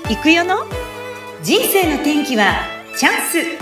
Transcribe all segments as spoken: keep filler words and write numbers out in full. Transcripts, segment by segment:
行くよの人生の天気はチャンス。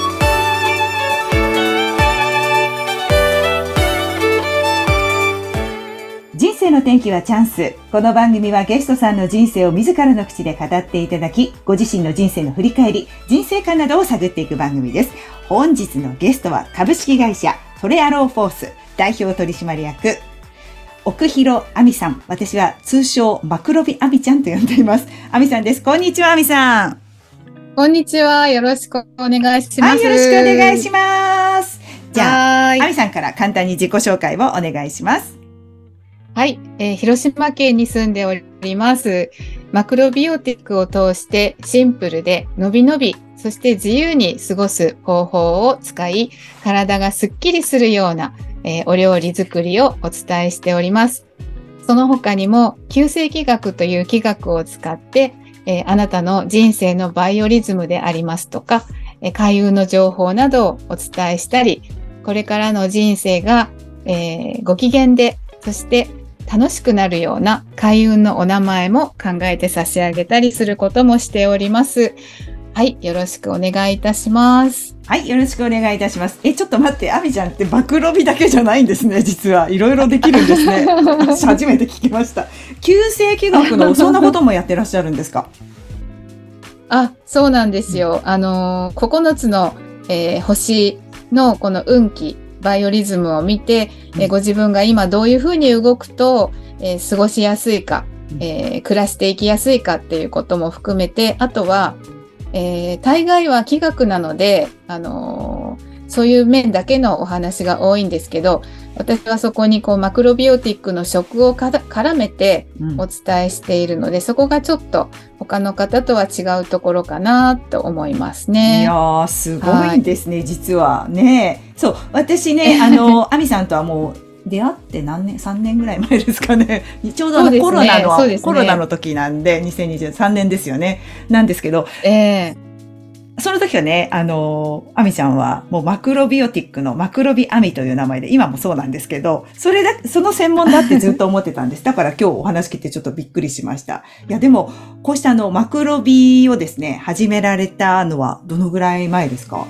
人生の天気はチャンス。この番組はゲストさんの人生を自らの口で語っていただき、ご自身の人生の振り返り、人生観などを探っていく番組です。本日のゲストは株式会社トレアローフォース代表取締役奥広亜美さん。私は通称マクロビ亜美ちゃんと呼んでいます。亜美さんです。こんにちは、亜美さん。 こんにちは。よろしくお願いします。 はい、よろしくお願いします。じゃあ、亜美さんから簡単に自己紹介をお願いします。 はい、えー、広島県に住んでおります。マクロビオティックを通してシンプルでのびのび、そして自由に過ごす方法を使い、体がすっきりするような、えー、お料理作りをお伝えしております。その他にも九星気学という気学を使って、えー、あなたの人生のバイオリズムでありますとか、えー、開運の情報などをお伝えしたり、これからの人生が、えー、ご機嫌で、そして楽しくなるような開運のお名前も考えて差し上げたりすることもしております。はい、よろしくお願いいたします。 はい、よろしくお願いいたします。え、ちょっと待って、亜美ちゃんって暴露日だけじゃないんですね。実はいろいろできるんですね。私初めて聞きました。九星気学のそんなこともやってらっしゃるんですか？ あ、そうなんですよ。あの、ここのつの、えー、星のこの運気、バイオリズムを見て、えー、ご自分が今どういうふうに動くと、えー、過ごしやすいか、えー、暮らしていきやすいかっていうことも含めて、あとは、えー、大概は気学なので、あのー、そういう面だけのお話が多いんですけど、私はそこにこうマクロビオティックの食をか絡めてお伝えしているので、うん、そこがちょっと他の方とは違うところかなと思いますね。 いやー、すごいですね、はい、実はね。そう、私ね、あの、亜美さんとはもう出会って何年 ?さん 年ぐらい前ですかね。ちょうどあのコロナの、ね、コロナの時なんで、にせんにじゅうさんねんですよね。なんですけど、 えー、 その時はね、あの、亜美ちゃんはもうマクロビオティックのマクロビ亜美という名前で、今もそうなんですけど、それだ、その専門だってずっと思ってたんです。だから今日お話聞いてちょっとびっくりしました。いや、でも、こうしたあの、マクロビをですね、始められたのはどのぐらい前ですか？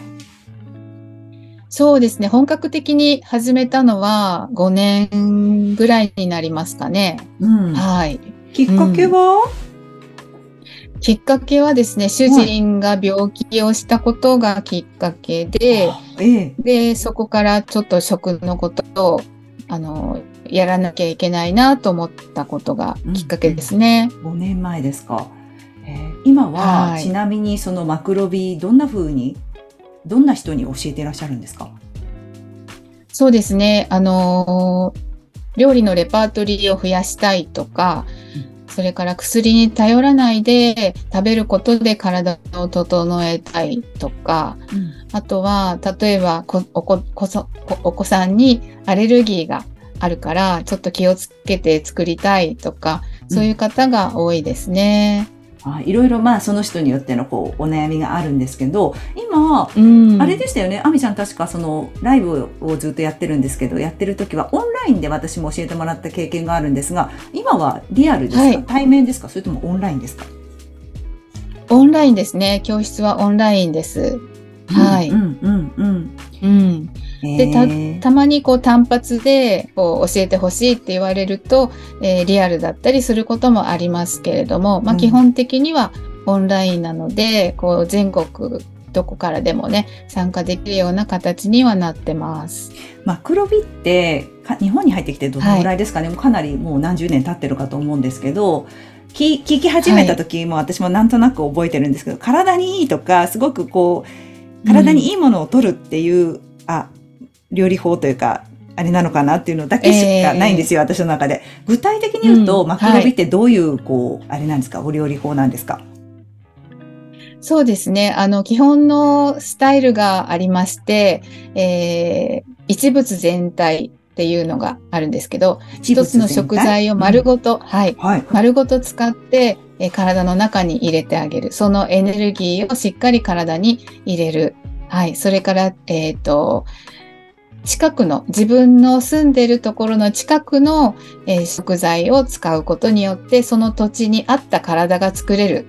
そうですね。本格的に始めたのはごねんぐらいになりますかね。 うん。 はい。 きっかけは、 うん、きっかけはですね、主人が病気をしたことがきっかけで、 はい、ええ、 で、そこからちょっと食のことを、あの、やらなきゃいけないなと思ったことがきっかけですね。 うんうん、ごねんまえですか。えー、今は、はい、ちなみにそのマクロビ、どんな風にどんな人に教えていらっしゃるんですか？ そうですね。あのー、料理のレパートリーを増やしたいとか、うん、それから薬に頼らないで食べることで体を整えたいとか、うん、あとは例えばこおここそお子さんにアレルギーがあるからちょっと気をつけて作りたいとか、そういう方が多いですね。 うん、いろいろまあその人によってのこうお悩みがあるんですけど、今、うん、あれでしたよね、亜美ちゃん確かそのライブをずっとやってるんですけど、やってる時はオンラインで私も教えてもらった経験があるんですが、今はリアルですか、はい、対面ですか、それともオンラインですか？ オンラインですね。教室はオンラインです。はい。 うんうんうんうん。で、た、たまにこう単発でこう教えてほしいって言われると、えー、リアルだったりすることもありますけれども、まあ基本的にはオンラインなので、こう全国どこからでもね、参加できるような形にはなってます。 マクロビって日本に入ってきてどのぐらいですかね、はい、もうかなりもう何十年経ってるかと思うんですけど、聞, 聞き始めた時も私もなんとなく覚えてるんですけど、はい、体にいいとか、すごくこう、体にいいものを取るっていう、うん、あ、料理法というか、あれなのかなっていうのだけしかないんですよ、えー、私の中で。具体的に言うと、うん、マクロビってどういう、こう、あれなんですか、お料理法なんですか？ そうですね。あの、基本のスタイルがありまして、えー、一物全体っていうのがあるんですけど、一つの食材を丸ごと、うん、はい、はい、丸ごと使って、えー、体の中に入れてあげる。そのエネルギーをしっかり体に入れる。はい。それから、えっと、近くの、自分の住んでるところの近くの、えー、食材を使うことによって、その土地に合った体が作れる。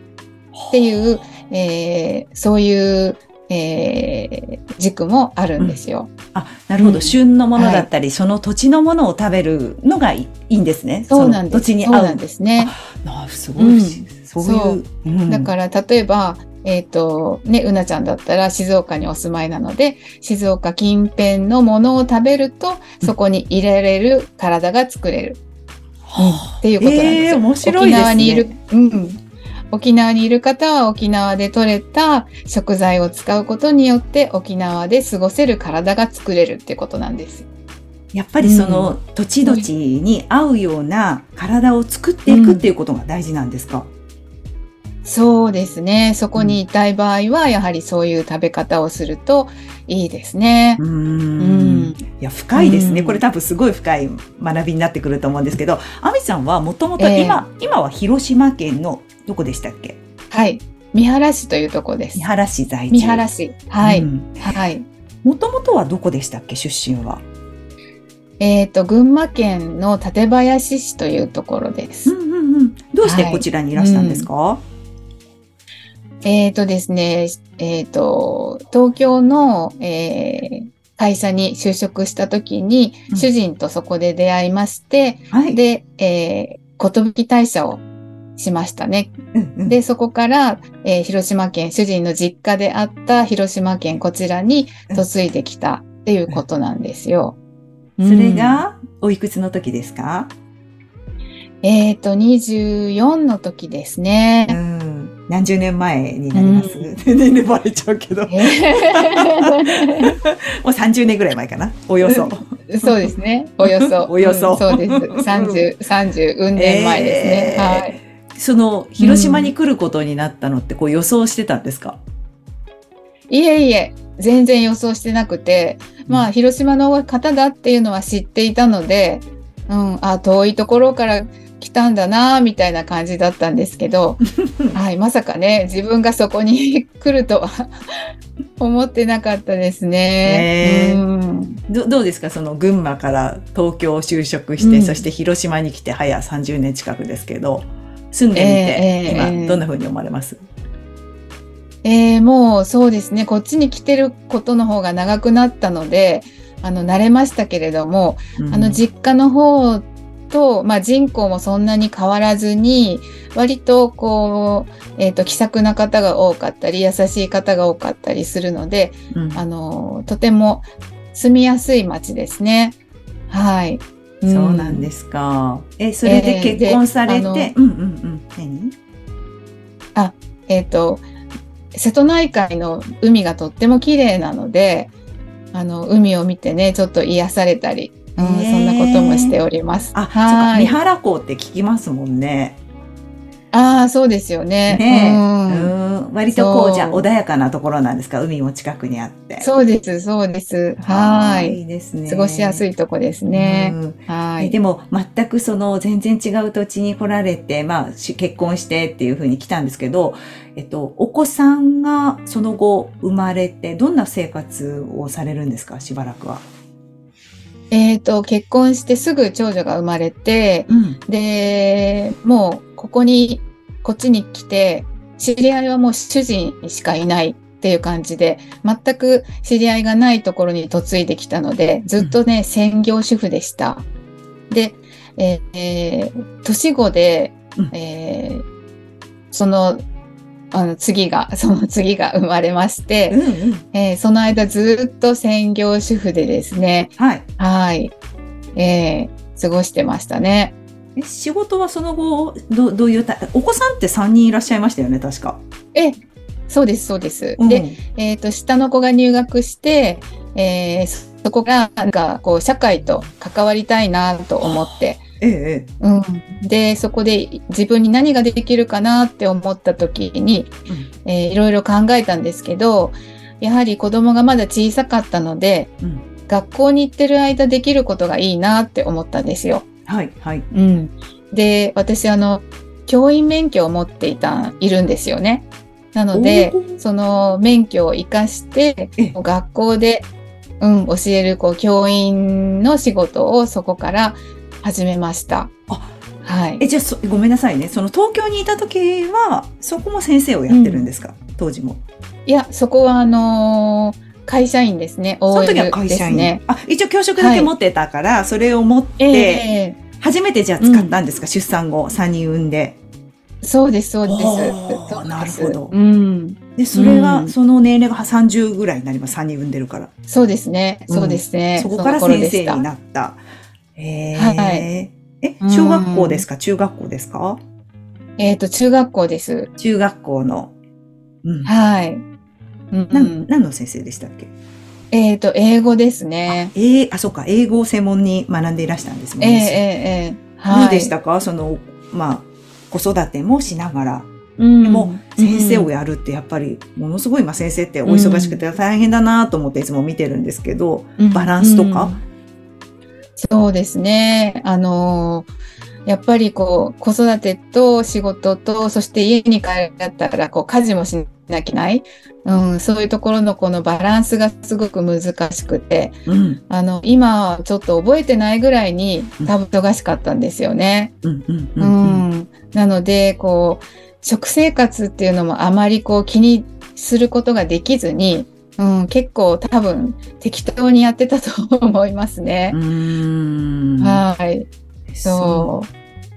っていう、えー、そういう、えー、軸もあるんですよ。 うん、あ、なるほど、うん。旬のものだったり、はい、その土地のものを食べるのがいいんですね。 そうなんです。 その土地に合う。 そうなんですね。 あ、すごい、うん、そういう。 そう、うん、だから例えば、えっと、ね、うなちゃんだったら静岡にお住まいなので、静岡近辺のものを食べると、そこに入れられる体が作れる。うん、っていうことなんですよ。 えー、面白いですね。 沖縄にいる、うん。沖縄にいる方は沖縄で採れた食材を使うことによって沖縄で過ごせる体が作れるっていうことなんです。 やっぱりその土地土地に合うような体を作っていくっていうことが大事なんですか？ うん、そうですね。そこにいたい場合はやはりそういう食べ方をするといいですね。 うーん、うん、いや深いですね。これ多分すごい深い学びになってくると思うんですけど、あみさんはもともと今、えー、今は広島県のどこでしたっけ？ はい。三原市というとこです。 三原市在住。 三原市。はい。うん、はい。 もともとはどこでしたっけ、出身は？ えっと、群馬県の館林市というところです。 うんうんうん。どうしてこちらにいらしたんですか？はい、 うん、えっとですね、えっと、東京の、えー、会社に就職した時に、うん、主人とそこで出会いまして、はい、で、えー、寿大社をしましたね。うんうん、で、そこから、えー、広島県、主人の実家であった広島県、こちらに嫁いできたっていうことなんですよ。 うん、それが、おいくつの時ですか？ えっと、にじゅうよんの時ですね。 うん、何十年前になります？うん、年齢バレちゃうけど。もうさんじゅうねんぐらい前かな、およそ。 そうですね。およそ。 およそ。 うん、そうです。さんじゅう、さんじゅう、うん年前ですね。えー、はい。 その、広島に来ることになったのって、こう予想してたんですか？ うん、いえいえ、全然予想してなくて、まあ、広島の方だっていうのは知っていたので、うん、あ、遠いところから来たんだな、みたいな感じだったんですけど、はい、まさかね、自分がそこに来るとは思ってなかったですね。 えー、うん、ど, どうですか、その群馬から東京就職して、うん、そして広島に来て早さんじゅうねん近くですけど、住んでみて、えー、今どんな風に思われます？ えー、もうそうですね、こっちに来てることの方が長くなったので、あの慣れましたけれども、うん、あの実家の方と、まあ、人口もそんなに変わらずに、割とこう、えっと、気さくな方が多かったり、優しい方が多かったりするので、うん、あのとても住みやすい街ですね。はい。 そうなんですか。うん、え、それで結婚されて、えー、うんうんうん。何？ あ、えっと、瀬戸内海の海がとっても綺麗なので、あの、海を見てね、ちょっと癒されたり、うん、そんなこともしております。 あ、はい。三原港って聞きますもんね。 ああ、そうですよね。 ね、うんうん、割とこう、じゃあ穏やかなところなんですか？海も近くにあって。 そうです、そうです。はい。 いいですね。 過ごしやすいとこですね。うん、はい。 でも、全くその全然違う土地に来られて、まあ、結婚してっていう風に来たんですけど、えっと、お子さんがその後生まれて、どんな生活をされるんですか？しばらくは。 えっと、結婚してすぐ長女が生まれて、うん、で、もうここに、こっちに来て、知り合いはもう主人しかいないっていう感じで、全く知り合いがないところに嫁いできたので、ずっとね、うん、専業主婦でした。で、えー、年子で、うん、えー、その、あの次が、その次が生まれまして、うんうん、えー、その間ずっと専業主婦でですね、はい。はい。えー、過ごしてましたね。 え、仕事はその後、ど, どういうた、お子さんってさんにんいらっしゃいましたよね、確か。 え、そうです、そうです。うん、で、えっと、下の子が入学して、えー、そこが、なんか、こう、社会と関わりたいなと思って、ええ、うん、でそこで自分に何ができるかなって思った時に、うん、えー、いろいろ考えたんですけど、やはり子供がまだ小さかったので、うん、学校に行ってる間できることがいいなって思ったんですよ。 はいはい。 うん、で私あの教員免許を持っていたいるんですよね。なのでその免許を生かして学校で、うん、教えるこう教員の仕事をそこから始めました。 あ、 はい。 え、じゃあそ、ごめんなさいね。その東京にいた時は、そこも先生をやってるんですか、うん、当時も。 いや、そこはあのー、会社員ですね。 その時はオーエル会社員。 ですね。 あ、一応教職だけ持ってたから、はい、それを持って、えー、初めてじゃあ使ったんですか、うん、出産後、さんにん産んで。 そうです、そうです。 そうなるほど。 うん。 で、それが、その年齢がさんじゅうぐらいになります。さんにん産んでるから。 そうですね。そうですね。 うん、そこから先生になった。へー。はい。え、小学校ですか、中学校ですか？ えっと、中学校です。 中学校の。 うん、はい。 うん、な、何の先生でしたっけ？ えっと、英語ですね。 あ、えー、あ、そうか、英語を専門に学んでいらしたんですもんね。 ええええはい。どうでしたか？その、まあ、子育てもしながら。 うん、 でも、先生をやるってやっぱり、ものすごい、まあ先生ってお忙しくて大変だなと思っていつも見てるんですけど、うん、バランスとか、うん、 そうですね。あのー、やっぱりこう、子育てと仕事と、そして家に帰ったら、こう、家事もしなきゃいけない。うん、そういうところのこのバランスがすごく難しくて、うん、あの、今ちょっと覚えてないぐらいに多分忙しかったんですよね。うん。なので、こう、食生活っていうのもあまりこう気にすることができずに、うん、結構多分適当にやってたと思いますね。うーん、はい。そう。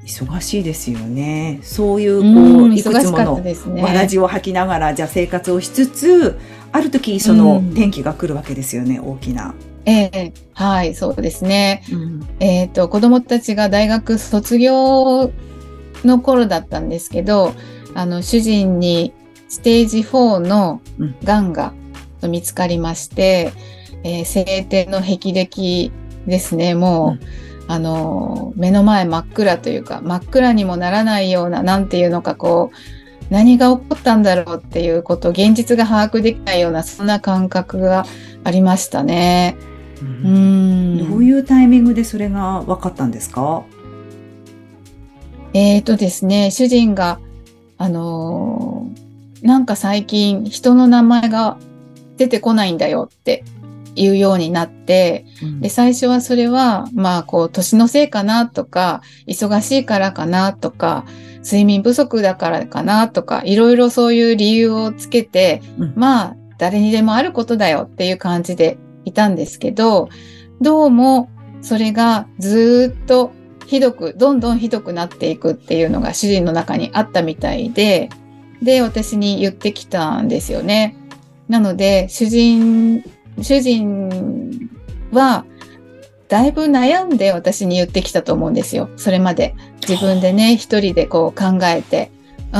忙しいですよね。そういうこう、いくつものわらじを履きながら、じゃあ生活をしつつ、ある時その転機が来るわけですよね、大きな。 ええ、はい、そうですね。うん、えっと、子供たちが大学卒業の頃だったんですけど、あの、主人にステージフォーのがんが見つかりまして、うん、えー、生体の霹靂ですね、もう、うん、あの、目の前真っ暗というか、真っ暗にもならないような、なんていうのかこう、何が起こったんだろうっていうことを現実が把握できないような、そんな感覚がありましたね。 うん、うんどういうタイミングでそれが分かったんですか？ えーとですね、主人が、あのー、なんか最近人の名前が出てこないんだよっていうようになって、うん、で、最初はそれは、まあ、こう、年のせいかなとか、忙しいからかなとか、睡眠不足だからかなとか、いろいろそういう理由をつけて、うん、まあ、誰にでもあることだよっていう感じでいたんですけど、どうもそれがずっとひどく、どんどんひどくなっていくっていうのが主人の中にあったみたいで、で、私に言ってきたんですよね。なので、主人、主人は、だいぶ悩んで私に言ってきたと思うんですよ。それまで。自分でね、一人でこう考えて。うん。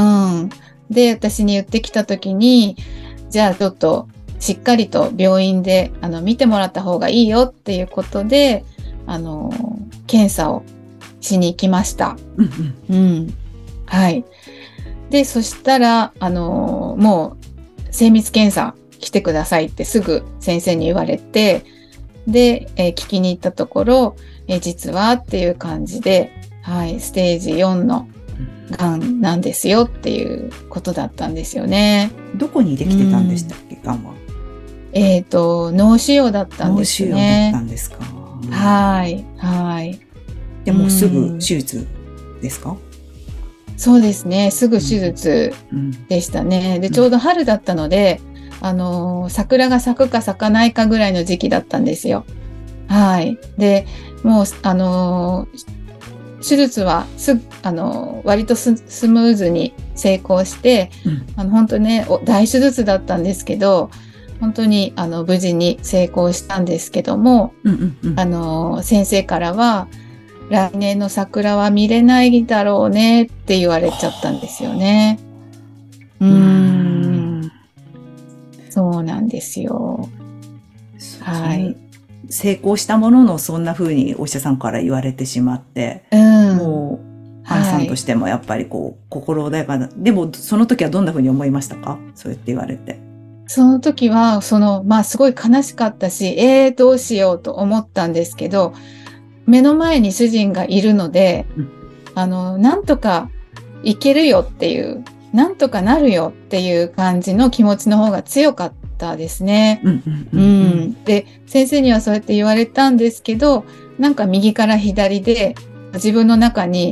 で、私に言ってきたときに、じゃあちょっとしっかりと病院であの見てもらった方がいいよっていうことで、あの、検査をしに行きました。うん。はい。で、そしたら、あの、もう精密検査来てくださいってすぐ先生に言われて、で、えー、聞きに行ったところ、えー、実はっていう感じで、はい、ステージよんのがんなんですよっていうことだったんですよね。 どこにできてたんでしたっけ、がんは。 えっと、脳腫瘍だったんですね。 脳腫瘍だったんですか。 うん、はい、はい。 でもすぐ手術ですか？ そうですね、すぐ手術でしたね。うん、で、ちょうど春だったので、あの、桜が咲くか咲かないかぐらいの時期だったんですよ。はい。で、もう、あの、手術はすあの割とスムーズに成功して、うん、あの本当ね大手術だったんですけど、本当にあの無事に成功したんですけども、うんうんうん、あの先生からは来年の桜は見れないだろうねって言われちゃったんですよね。うーん、そうなんですよ。はい。 成功したもののそんな風にお医者さんから言われてしまって、うん、もう花さんとしてもやっぱりこう、はい、心穏やかな。でもその時はどんな風に思いましたか？そうやって言われて。 その時はそのまあすごい悲しかったし、えーどうしようと思ったんですけど、目の前に主人がいるので、うん、あのなんとかいけるよっていう、なんとかなるよっていう感じの気持ちの方が強かった。ですね。で、先生にはそうやって言われたんですけど、なんか右から左で自分の中に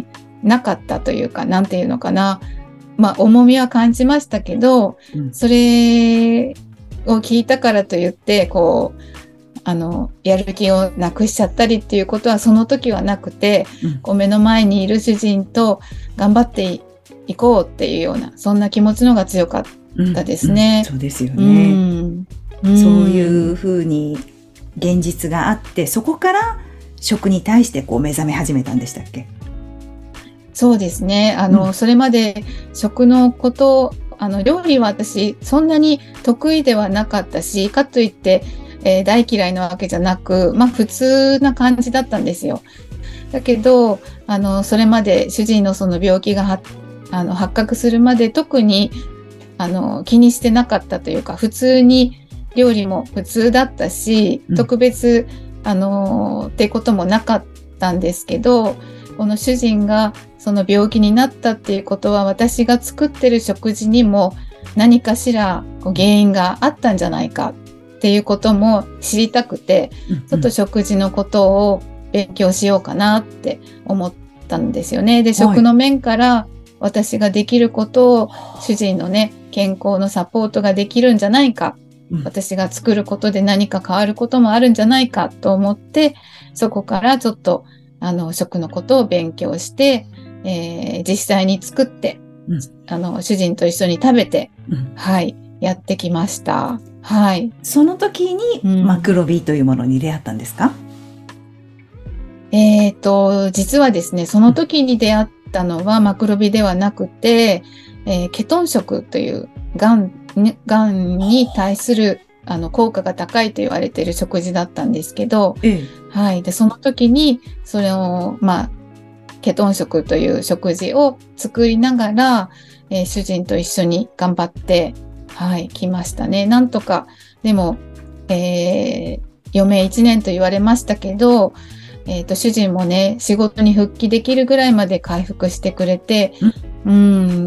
なかったというか、なんていうのかな。まあ、重みは感じましたけど、 うん、 それを聞いたからといって、こう、あの、やる気をなくしちゃったりっていうことはその時はなくて、 うん、 こう目の前にいる主人と頑張っていこうっていうような、そんな気持ちの方が強かったですね。 うんうん、そうですようね。 ん、 そういうふうに現実があって、そこから食に対してこう目覚め始めたんでしたっけ？ そうですね。あの、 うん、 それまで食のこと、あの、料理は私、そんなに得意ではなかったし、かといって、えー大嫌いなわけじゃなく、まあ、普通な感じだったんですよ。だけど、あの、それまで主人のその病気がはあの発覚するまで特にあの気にしてなかったというか、普通に料理も普通だったし、 うん、 特別あのってこともなかったんですけど、この主人がその病気になったっていうことは、私が作ってる食事にも何かしらこう原因があったんじゃないかっていうことも知りたくて、ちょっと食事のことを勉強しようかなって思ったんですよね。で、食の面から私ができることを、主人のね、健康のサポートができるんじゃないか、私が作ることで何か変わることもあるんじゃないかと思って、そこからちょっとあの食のことを勉強して、えー、実際に作って、 うん、 あの主人と一緒に食べて、 うん、 はい、やってきました。はい。 その時にマクロビというものに出会ったんですか？ うん、えっと、実はですね、その時に出会ったのはマクロビではなくて、えー、ケトン食というがん、がんに対するあの効果が高いと言われている食事だったんですけど、 ええ、 はい。で、その時に、それを、まあ、ケトン食という食事を作りながら、えー、主人と一緒に頑張って、はい、来ましたね。なんとか、でも、えー、余命いちねんと言われましたけど、えっと、主人もね、仕事に復帰できるぐらいまで回復してくれて、うん、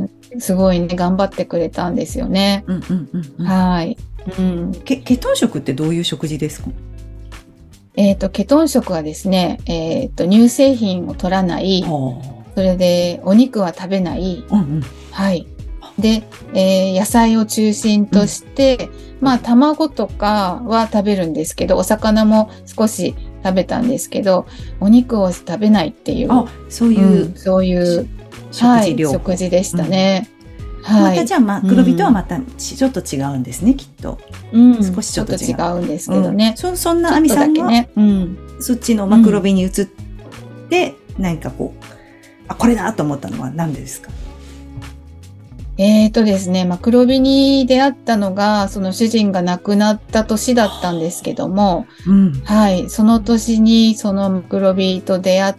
すごいね、頑張ってくれたんですよね。 うんうんうんうん、 はい。うん、 ケ、ケトン食ってどういう食事ですか？ えっと、ケトン食はですね、えっと、乳製品を取らない、それでお肉は食べない、 うんうん、 はい。で、えー、野菜を中心として、うん、まあ、卵とかは食べるんですけど、お魚も少し食べたんですけど、お肉を食べないっていう、 あ、そういう、 うん、そういう食事量、 はい、食事でしたね。 うん、はい、またじゃあマクロビとはまたちょっと違うんですね、うん、きっと。 うん、 少しちょっと違う。 ちょっと違うんですけどね。 うん、そ, そんな亜美さんは、ね、うん、そっちのマクロビに移って、うん、何かこう、あ、これだと思ったのは何でですか？ えーとですね、マクロビに出会ったのが、その主人が亡くなった年だったんですけども、うん、はい、その年にそのマクロビと出会って、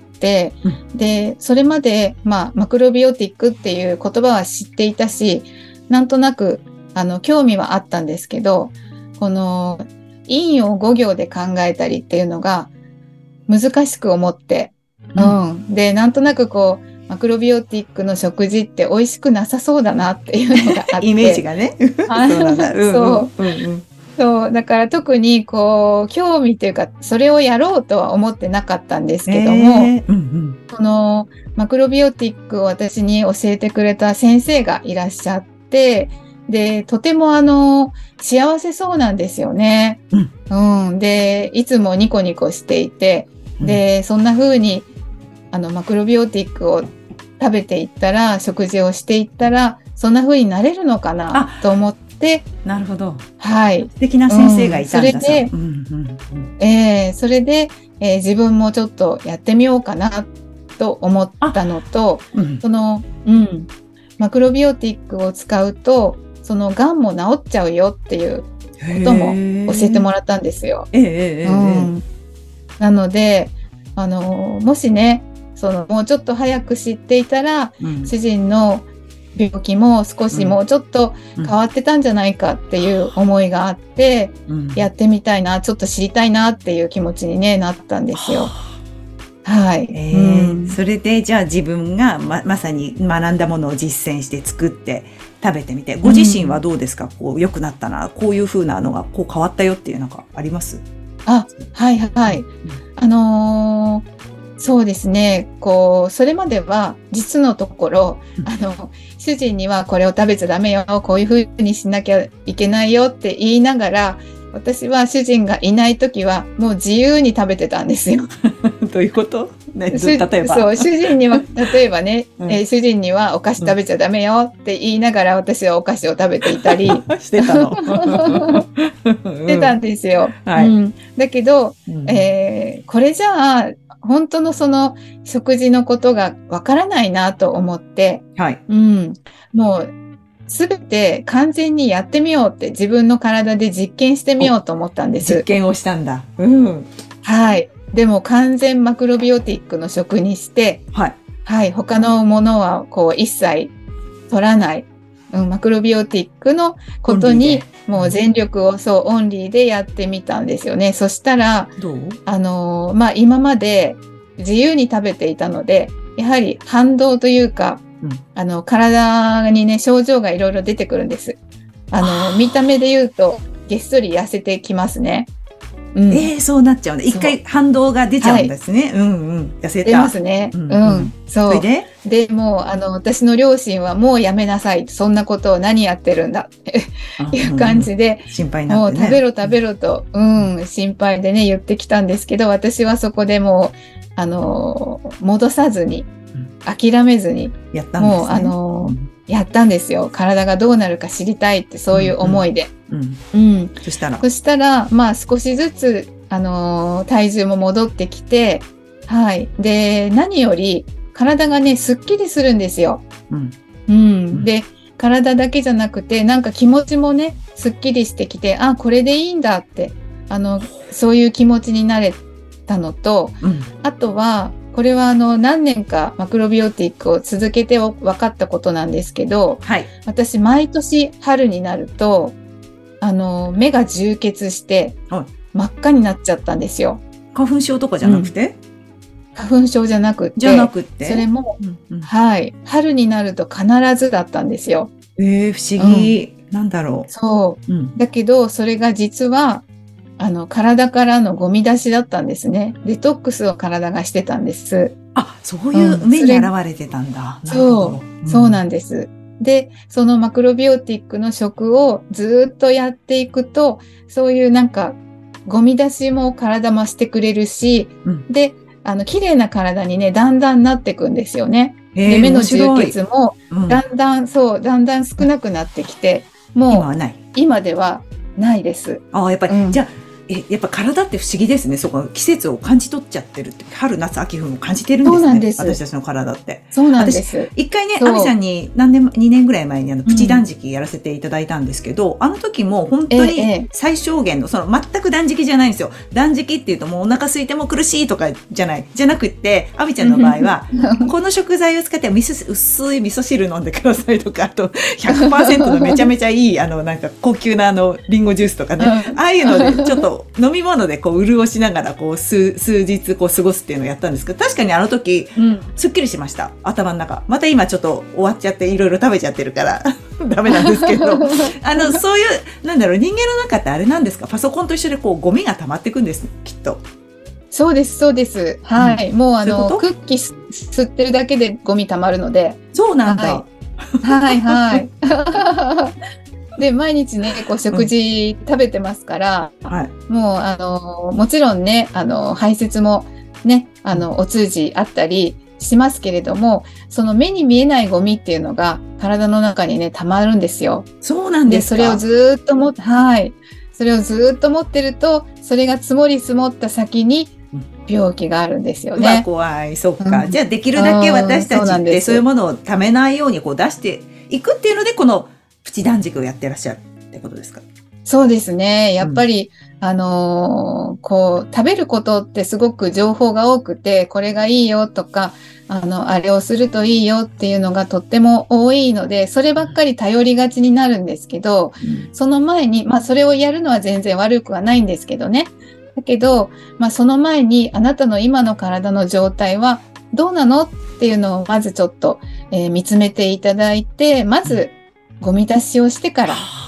うん、で、それまで、まあ、マクロビオティックっていう言葉は知っていたし、なんとなく、あの、興味はあったんですけど、この、陰をご行で考えたりっていうのが難しく思って、うん、うん、で、なんとなくこう、マクロビオティックの食事って美味しくなさそうだなっていうのがあって。 イメージがね。そうなんだ。 そう。うんうん、そう。だから特にこう、興味というか、それをやろうとは思ってなかったんですけども、えーうんうん、その、マクロビオティックを私に教えてくれた先生がいらっしゃって、で、とてもあの、幸せそうなんですよね。うん。うん、で、いつもニコニコしていて、で、そんな風に、あの、マクロビオティックを食べていったら、食事をしていったら、そんな風になれるのかなと思って、 なるほど。 はい。 素敵な先生がいたんだ、 うん、それで、うんうんうん、えー、それで、えー、自分もちょっとやってみようかなと思ったのと、うん、その、うん、マクロビオティックを使うと、そのがんも治っちゃうよっていうことも教えてもらったんですよ。 えーうん、 なので、あの、もしね、そのもうちょっと早く知っていたら、うん、主人の病気も少しもうちょっと変わってたんじゃないかっていう思いがあって、うん、やってみたいな、ちょっと知りたいなっていう気持ちに、ね、なったんですよ。はい。 えーうん、それでじゃあ自分が ま, まさに学んだものを実践して作って食べてみて、ご自身はどうですか？うん、こう良くなったな、こういう風なのがこう変わったよっていうのがあります？ あ、はいはい。うん、あのーそうですね。こう、それまでは実のところ、あの、主人にはこれを食べちゃダメよ、こういうふうにしなきゃいけないよって言いながら、私は主人がいないときはもう自由に食べてたんですよ。 どういうこと？ね、例主えば。 そう、主人には、例えばね、 うんえー主人にはお菓子食べちゃダメよって言いながら私はお菓子を食べていたり、 してたの。 してたんですよ。 はいうん、だけど、 うんえーこれじゃあ、本当のその食事のことがわからないなと思って、 はい。 うん、もうすべて完全にやってみようって自分の体で実験してみようと思ったんで実す。 験をしたんだ。うん。 はい。でも完全マクロビオティックの食にして、 はい。 はい、他のものはこう一切取らない、うん、マクロビオティックのことにもう全力をそうオンリーでやってみたんですよね。そしたら、 どう？ あのーまあ、今まで自由に食べていたので、やはり反動というか、 うんあの体にね症状がいろいろ出てくるんです。あの見た目で言うとげっそり痩せてきますね。うん、 えー、そうなっちゃうんだ。一回反動が出ちゃうんですね。はい、うんうん。痩せた。 出ますね。うん、うんうん、そう。 それで、でもう、あの、私の両親はもうやめなさい。そんなことを何やってるんだっていう感じで、 うん、心配になってね。 もう食べろ食べろと、うん、心配でね、言ってきたんですけど、私はそこでもう、あの、戻さずに、諦めずに、 やったんですね。 もう、あの、うんやったんですよ。体がどうなるか知りたいってそういう思いで。 うんうんうん、 そしたらそしたら、まあ少しずつ、あのー、体重も戻ってきて、はい。で、何より体がね、すっきりするんですよ。 うんうん、で、体だけじゃなくて、なんか気持ちもね、すっきりしてきて、あ、これでいいんだって、あの、そういう気持ちになれたのと、 うん、 あとは、これはあの何年かマクロビオティックを続けて分かったことなんですけど、 はい、 私毎年春になるとあの目が充血して真っ赤になっちゃったんですよ。 花粉症とかじゃなくて、 うん、花粉症じゃなくて、 じゃなくてそれも、 うんうん、 はい春になると必ずだったんですよ。 えー、不思議、うん、なんだろう。 そう、 うん、 だけどそれが実はあの体からのゴミ出しだったんですね。デトックスを体がしてたんです。 あ、そういう目に現れてたんだ。 うん、そう、うん、そうなんです。で、そのマクロビオティックの食をずっとやっていくと、そういうなんかゴミ出しも体もしてくれるし、うん、で、あの綺麗な体にね、だんだんなっていくんですよね。 えー、 で目の充血もだんだん、うん、そう、だんだん少なくなってきて、もう今はない。 今ではないです。 ああ、やっぱり、うん、じゃあえ、やっぱ体って不思議ですね。そこ季節を感じ取っちゃってるって。春、夏、秋、冬も感じてるんですね。 そうなんです。 私たちの体って。 そうなんです。 一回ね、アミさんに何年、にねんぐらい前にあの、プチ断食やらせていただいたんですけど、うん、あの時も本当に最小限の、その全く断食じゃないんですよ。断食っていうともうお腹空いても苦しいとかじゃない。じゃなくって、アミちゃんの場合は、この食材を使って味噌、薄い味噌汁飲んでくださいとか、あと ひゃくパーセント のめちゃめちゃいい、あの、なんか高級なあの、リンゴジュースとかね、うん、ああいうので、ちょっと飲み物でこう潤しながらこう数数日こう過ごすっていうのをやったんですけど、確かにあの時、うん、すっきりしました。頭の中。また今ちょっと終わっちゃっていろいろ食べちゃってるからダメなんですけど、あのそういうなんだろう、人間の中ってあれなんですか？パソコンと一緒でこうゴミが溜まっていくんです、きっと。 そうですそうです。はい。うん、もうあのううクッキー吸ってるだけでゴミ溜まるので。 そうなんだ。 はいはいはい。で、毎日ね、こう食事食べてますから、うんはい、もう、あの、もちろんね、あの、排泄もね、あの、お通じあったりしますけれども、その目に見えないゴミっていうのが体の中にね、溜まるんですよ。 そうなんですか。 で、それをずっとも、はい。それをずっと持ってると、それが積もり積もった先に、病気があるんですよね。 うわ、怖い。そっか。うん、じゃあ、できるだけ私たちってそういうものをためないようにこう出していくっていうので、このプチ断食をやってらっしゃるってことですか？ そうですね。やっぱり、うん、あのー、こう、食べることってすごく情報が多くて、これがいいよとか、あの、あれをするといいよっていうのがとっても多いので、そればっかり頼りがちになるんですけど、うん、その前に、まあ、それをやるのは全然悪くはないんですけどね。だけど、まあ、その前に、あなたの今の体の状態はどうなのっていうのをまずちょっと、えー、見つめていただいて、まず、ゴミ出しをしてから、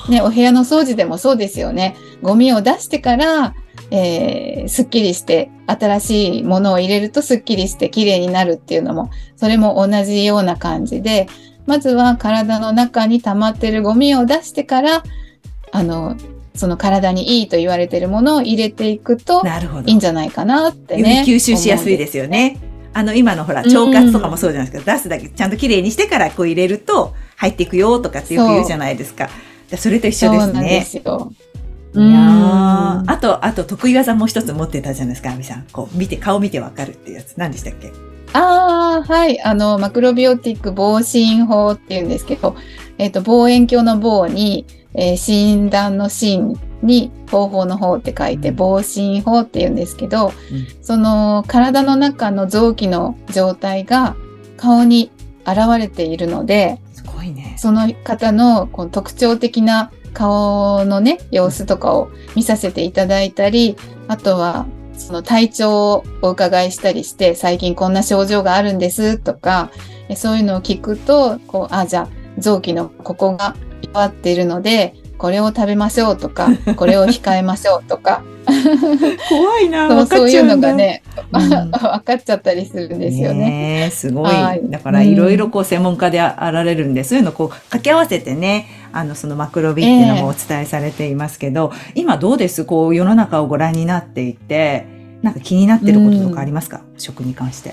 ね、お部屋の掃除でもそうですよね。ゴミを出してから、えー、すっきりして、新しいものを入れるとすっきりして綺麗になるっていうのも、それも同じような感じで、まずは体の中に溜まってるゴミを出してから、あの、その体にいいと言われているものを入れていくといいんじゃないかなってね。 より吸収しやすいですよね。あの、今のほら、腸活とかもそうじゃないですか。出すだけちゃんときれいにしてからこう入れると入っていくよとかってよく言うじゃないですか。そ, それと一緒ですね。 そうなんですよ。 いやあと、あと得意技も一つ持ってたじゃないですか、アミさん。こう、見て、顔見てわかるっていうやつ。何でしたっけ？ ああ、はい。あの、マクロビオティック防疹法っていうんですけど、えっと、望遠鏡の棒に、えー、診断の診に方法の方って書いて、防疹法って言うんですけど、うん、その体の中の臓器の状態が顔に現れているので、 すごいね。 その方のこう特徴的な顔のね、様子とかを見させていただいたり、あとは、その体調をお伺いしたりして、最近こんな症状があるんですとか、そういうのを聞くと、こう、あ、じゃあ、臓器のここが弱っているので、これを食べましょうとか、これを控えましょうとか。 怖いな、 そう、そういうのがね、うん、分かっちゃったりするんですよね。 ね、すごい。はい、だから、いろいろこう、専門家であられるんで、そういうのをこう、掛け合わせてね、あの、そのマクロビっていうのもお伝えされていますけど、えー、今どうです？こう、世の中をご覧になっていて、なんか気になってることとかありますか？うん、食に関して。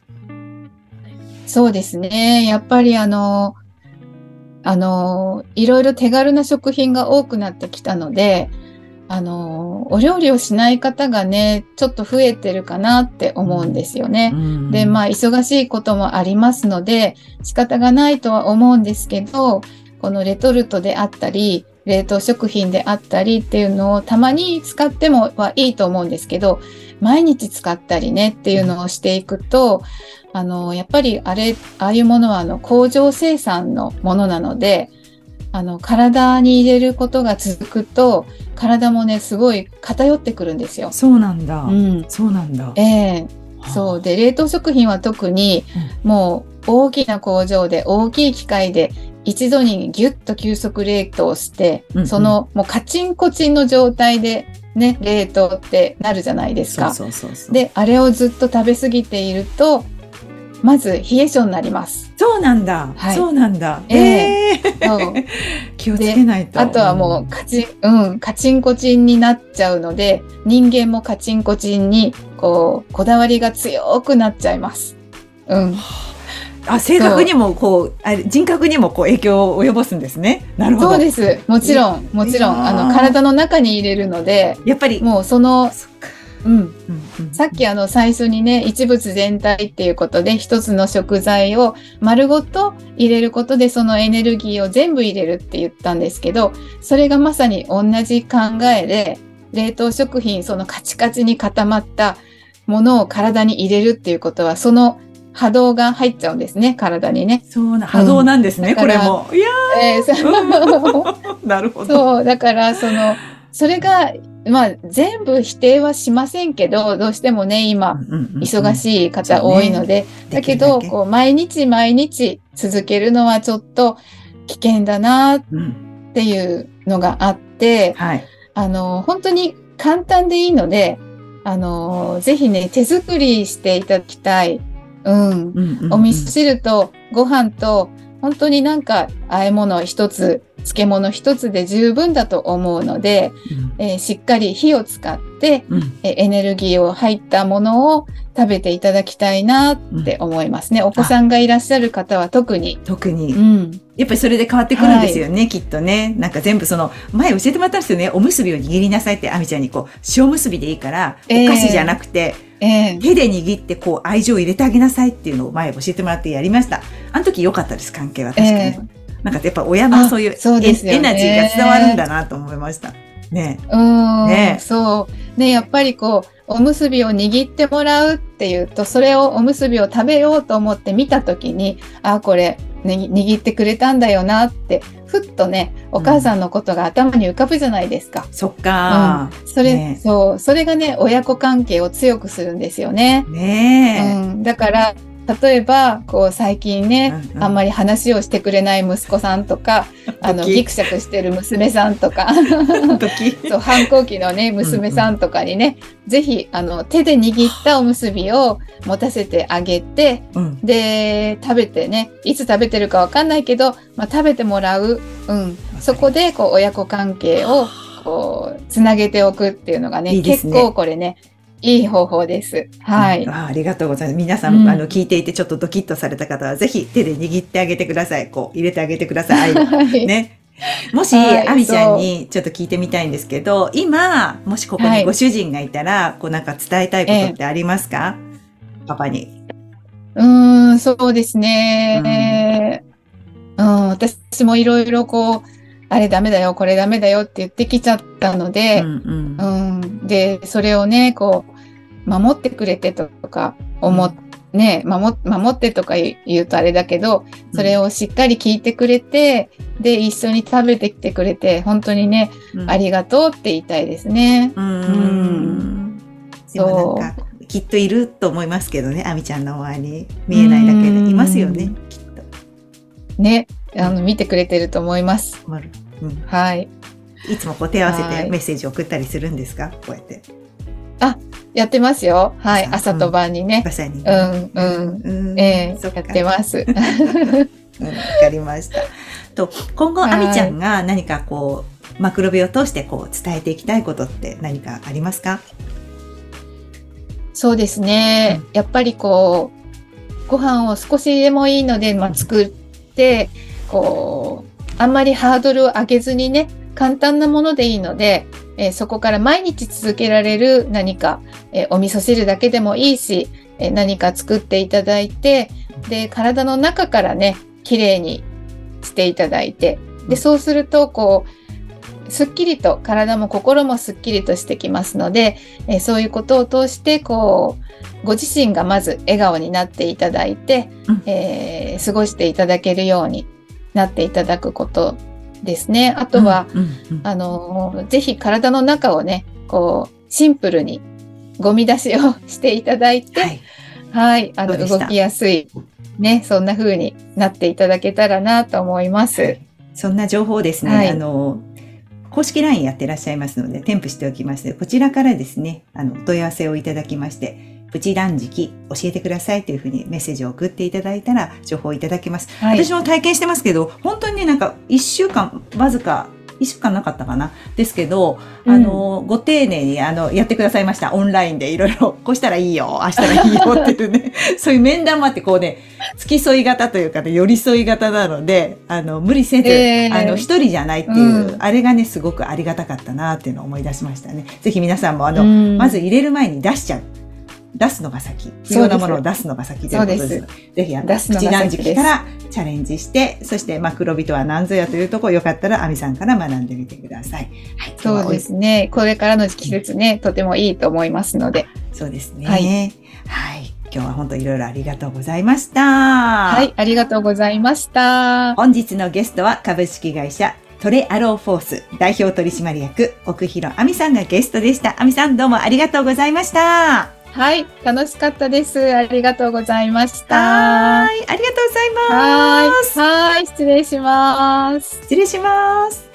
そうですね。やっぱりあの、あの、いろいろ手軽な食品が多くなってきたので、あの、お料理をしない方がね、ちょっと増えてるかなって思うんですよね。うん、で、まあ、忙しいこともありますので、仕方がないとは思うんですけど、このレトルトであったり、冷凍食品であったりっていうのをたまに使ってもはいいと思うんですけど、毎日使ったりねっていうのをしていくと、あの、やっぱりあれ、ああいうものはあの工場生産のものなので、あの、体に入れることが続くと、体もね、すごい偏ってくるんですよ。 そうなんだ。 うん。 そうなんだ。 ええー、そう。で、冷凍食品は特に、もう大きな工場で大きい機械で一度にギュッと急速冷凍して、うんうん、そのもうカチンコチンの状態でね、冷凍ってなるじゃないですか。 そうそうそうそう。 で、あれをずっと食べ過ぎていると、まず冷え性になります。 そうなんだ。はい、そうなんだ。 えー、そう気をつけないと。 あとはもうカチン、うん、カチンコチンになっちゃうので、人間もカチンコチンにこうこだわりが強くなっちゃいます。うん。 あ、性格にもこう、あ、人格にもこう影響を及ぼすんですね。なるほど。 そうです。もちろん、もちろん、あの体の中に入れるので、 やっぱりもうその、 そっか、 うん、 うんうん、 さっきあの最初にね、一物全体っていうことで一つの食材を丸ごと入れることでそのエネルギーを全部入れるって言ったんですけど、それがまさに同じ考えで、冷凍食品、そのカチカチに固まったものを体に入れるっていうことは、その波動が入っちゃうんですね、体にね。 そうな、波動なんですね、うん、これも。いやー、えー、 なるほど。 そう、だからその、それが、まあ、全部否定はしませんけど、どうしてもね、今、うんうんうん、忙しい方多いので、ね、だけど、こう、毎日毎日続けるのはちょっと危険だなっていうのがあって、 うん、はい、 あの、本当に簡単でいいので、あの、ぜひね、手作りしていただきたい。うん。うんうんうん、お味噌汁とご飯と、本当になんか、和え物一つ、漬物一つで十分だと思うので、うん、えー、しっかり火を使って、うん、えエネルギーを入ったものを食べていただきたいなって思いますね。うん、お子さんがいらっしゃる方は特に。 特に。 うん。 やっぱりそれで変わってくるんですよね、はい、きっとね。なんか全部その、前教えてもらったんですよね。おむすびを握りなさいって、あみちゃんにこう、塩むすびでいいから、お菓子じゃなくて、えー、手で握ってこう、愛情を入れてあげなさいっていうのを前教えてもらってやりました。あの時良かったです、関係は確かに。えーなんかやっぱ親のそういう、 そうですよね、 エナジーが伝わるんだなと思いました。ね。 うん。ね。そう。ね、やっぱりこう、おむすびを握ってもらうっていうと、それをおむすびを食べようと思って見たときに、あ、これ、ね、握ってくれたんだよなって、ふっとね、お母さんのことが頭に浮かぶじゃないですか。 うん、そっか、 うん。それ、ね、そう。それがね、親子関係を強くするんですよね。 ねえ。 うん。だから、 例えば、こう、最近ね、 うんうん、 あんまり話をしてくれない息子さんとか、あの、ギクシャクしてる娘さんとか、そう、反抗期のね、娘さんとかにね、うんうん、ぜひ、あの、手で握ったおむすびを持たせてあげて、うん、で、食べてね、いつ食べてるかわかんないけど、まあ、食べてもらう。うん。そこで、こう、親子関係を、こう、つなげておくっていうのがね、いいですね、結構これね、いい方法です。はい。 うん、あ, ありがとうございます。皆さん、うん、あの、聞いていてちょっとドキッとされた方は、ぜひ手で握ってあげてください。こう、入れてあげてください。はい、ね。もし、はい、アミちゃんにちょっと聞いてみたいんですけど、今、もしここにご主人がいたら、はい、こうなんか伝えたいことってありますか？えー、パパに。 うーん、そうですね。うん、うん、私もいろいろこう、あれダメだよ、これダメだよって言ってきちゃったので、うんうんうん、で、それをね、こう、守ってくれてとか思っ、うん、ね、守、守ってとか言うとあれだけど、それをしっかり聞いてくれて、で、一緒に食べてきてくれて、本当にね、うん、ありがとうって言いたいですね。うん。うん、 でもなんか、きっといると思いますけどね、あみちゃんの周りに見えないだけでいますよね、きっと。 ね、あの、見てくれてると思います。うん、はい。 いつもこう手を合わせてメッセージを送ったりするんですか？こうやって。 あ、やってますよ。はい。朝と晩にね。朝にね。うん、うん。ええ、やってます。うん、わかりました。と、今後、あみちゃんが何かこう、マクロビを通してこう、伝えていきたいことって何かありますか？ そうですね。うん、やっぱりこう、ご飯を少しでもいいので、まあ、作って、こう、あんまりハードルを上げずにね、簡単なものでいいので、えー、そこから毎日続けられる何か、えー、お味噌汁だけでもいいし、えー、何か作っていただいて、で、体の中からね、きれいにしていただいて、で、そうすると、こう、すっきりと、体も心もすっきりとしてきますので、えー、そういうことを通して、こう、ご自身がまず笑顔になっていただいて、えー、過ごしていただけるようになっていただくことですね。あとは、うんうんうん、あの、ぜひ体の中をね、こう、シンプルにゴミ出しをしていただいて、はい、はい、あの、動きやすい、ね、そんな風になっていただけたらなと思います。はい、 そんな情報ですね、はい、あの、公式 ライン やってらっしゃいますので、添付しておきまして、こちらからですね、あの、お問い合わせをいただきまして、プチ断食教えてくださいというふうにメッセージを送っていただいたら情報をいただけます。はい、私も体験してますけど、本当にね、なんかいっしゅうかん、わずかいっしゅうかんなかったかなですけど、うん、あの、ご丁寧にあの、やってくださいました。オンラインでいろいろ、こうしたらいいよ、ああしたらいいよっていうね、そういう面談もあって、こうね、付き添い型というかね、寄り添い型なので、あの、無理せず、えー、あの、一人じゃないっていう、うん、あれがね、すごくありがたかったなっていうのを思い出しましたね。ぜひ皆さんもあの、うん、まず入れる前に出しちゃう。出すのが先。必要なものを出すのが先ということです。ですぜひ、あの、プチ断食からチャレンジして、そして、マクロビとは何ぞやというところ、よかったら、アミさんから学んでみてください。 はい。そうですね。これからの季節ね、とてもいいと思いますので。 そうですね。はい。はい。今日は本当いろいろありがとうございました。 はい。ありがとうございました。 本日のゲストは、株式会社、トレアローフォース代表取締役、奥広亜美さんがゲストでした。亜美さん、どうもありがとうございました。 はい、楽しかったです。ありがとうございました。 はい、ありがとうございます。 はい、はい、失礼します。 失礼します。